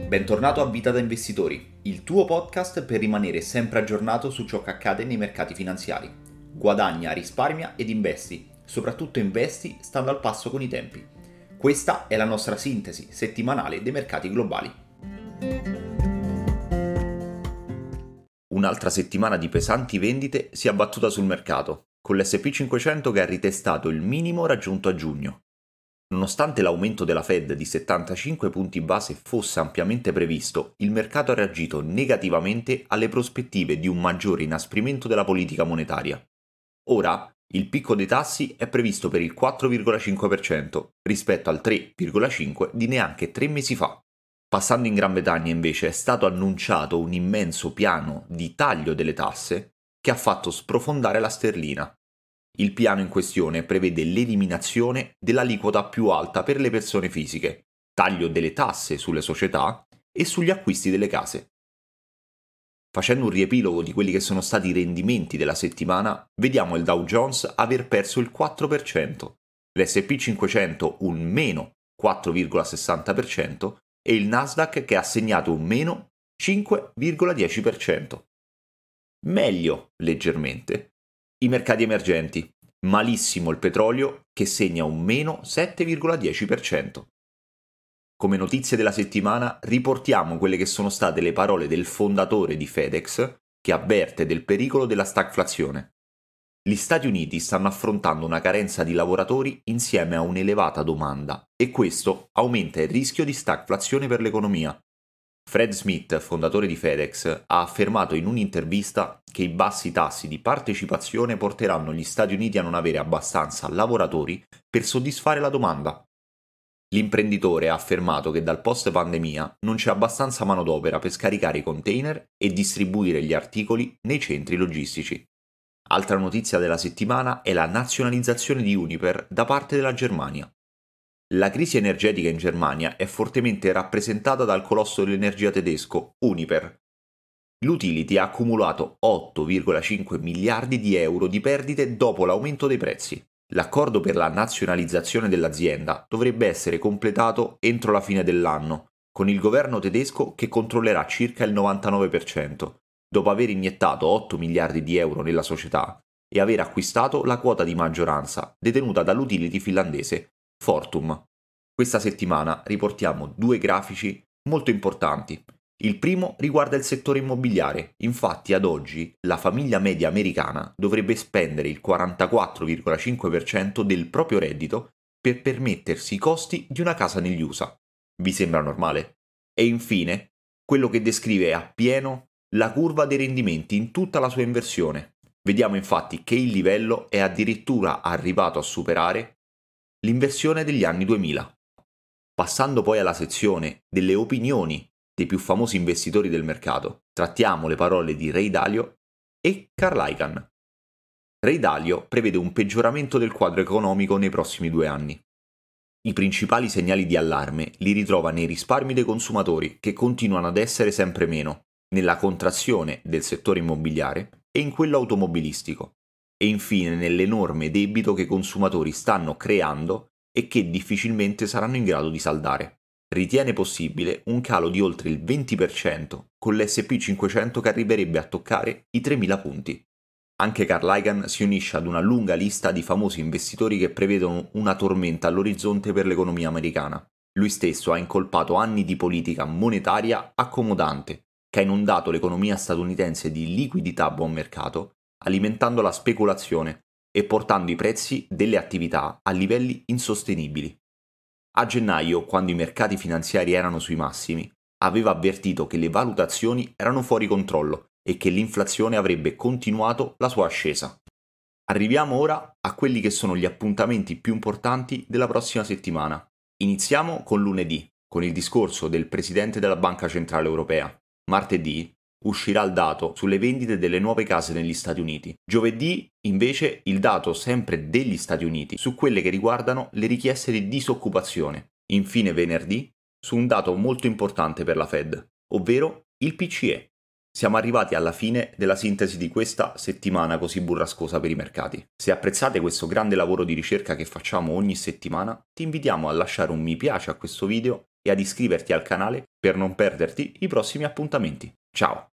Bentornato a Vita da Investitori, il tuo podcast per rimanere sempre aggiornato su ciò che accade nei mercati finanziari. Guadagna, risparmia ed investi, soprattutto investi stando al passo con i tempi. Questa è la nostra sintesi settimanale dei mercati globali. Un'altra settimana di pesanti vendite si è abbattuta sul mercato, con l'S&P 500 che ha ritestato il minimo raggiunto a giugno. Nonostante l'aumento della Fed di 75 punti base fosse ampiamente previsto, il mercato ha reagito negativamente alle prospettive di un maggiore inasprimento della politica monetaria. Ora, il picco dei tassi è previsto per il 4,5% rispetto al 3,5% di neanche 3 mesi fa. Passando in Gran Bretagna invece è stato annunciato un immenso piano di taglio delle tasse che ha fatto sprofondare la sterlina. Il piano in questione prevede l'eliminazione dell'aliquota più alta per le persone fisiche, taglio delle tasse sulle società e sugli acquisti delle case. Facendo un riepilogo di quelli che sono stati i rendimenti della settimana, vediamo il Dow Jones aver perso il 4%, l'S&P 500 un meno 4,60% e il Nasdaq che ha segnato un meno 5,10%. Meglio, leggermente, i mercati emergenti, malissimo il petrolio che segna un meno 7,10%. Come notizie della settimana riportiamo quelle che sono state le parole del fondatore di FedEx che avverte del pericolo della stagflazione. Gli Stati Uniti stanno affrontando una carenza di lavoratori insieme a un'elevata domanda e questo aumenta il rischio di stagflazione per l'economia. Fred Smith, fondatore di FedEx, ha affermato in un'intervista che i bassi tassi di partecipazione porteranno gli Stati Uniti a non avere abbastanza lavoratori per soddisfare la domanda. L'imprenditore ha affermato che dal post-pandemia non c'è abbastanza manodopera per scaricare i container e distribuire gli articoli nei centri logistici. Altra notizia della settimana è la nazionalizzazione di Uniper da parte della Germania. La crisi energetica in Germania è fortemente rappresentata dal colosso dell'energia tedesco, Uniper. L'utility ha accumulato 8,5 miliardi di euro di perdite dopo l'aumento dei prezzi. L'accordo per la nazionalizzazione dell'azienda dovrebbe essere completato entro la fine dell'anno, con il governo tedesco che controllerà circa il 99%, dopo aver iniettato 8 miliardi di euro nella società e aver acquistato la quota di maggioranza detenuta dall'utility finlandese Fortum. Questa settimana riportiamo due grafici molto importanti. Il primo riguarda il settore immobiliare, infatti ad oggi la famiglia media americana dovrebbe spendere il 44,5% del proprio reddito per permettersi i costi di una casa negli USA. Vi sembra normale? E infine, quello che descrive appieno la curva dei rendimenti in tutta la sua inversione. Vediamo infatti che il livello è addirittura arrivato a superare l'inversione degli anni 2000. Passando poi alla sezione delle opinioni dei più famosi investitori del mercato, trattiamo le parole di Ray Dalio e Carl Icahn. Ray Dalio prevede un peggioramento del quadro economico nei prossimi 2 anni. I principali segnali di allarme li ritrova nei risparmi dei consumatori che continuano ad essere sempre meno, nella contrazione del settore immobiliare e in quello automobilistico, e infine nell'enorme debito che i consumatori stanno creando e che difficilmente saranno in grado di saldare. Ritiene possibile un calo di oltre il 20% con l'S&P 500 che arriverebbe a toccare i 3.000 punti. Anche Carl Icahn si unisce ad una lunga lista di famosi investitori che prevedono una tormenta all'orizzonte per l'economia americana. Lui stesso ha incolpato anni di politica monetaria accomodante, che ha inondato l'economia statunitense di liquidità a buon mercato, alimentando la speculazione e portando i prezzi delle attività a livelli insostenibili. A gennaio, quando i mercati finanziari erano sui massimi, aveva avvertito che le valutazioni erano fuori controllo e che l'inflazione avrebbe continuato la sua ascesa. Arriviamo ora a quelli che sono gli appuntamenti più importanti della prossima settimana. Iniziamo con lunedì, con il discorso del Presidente della Banca Centrale Europea. Martedì uscirà il dato sulle vendite delle nuove case negli Stati Uniti. Giovedì, invece, il dato sempre degli Stati Uniti su quelle che riguardano le richieste di disoccupazione. Infine venerdì, su un dato molto importante per la Fed, ovvero il PCE. Siamo arrivati alla fine della sintesi di questa settimana così burrascosa per i mercati. Se apprezzate questo grande lavoro di ricerca che facciamo ogni settimana, ti invitiamo a lasciare un mi piace a questo video e ad iscriverti al canale per non perderti i prossimi appuntamenti. Ciao!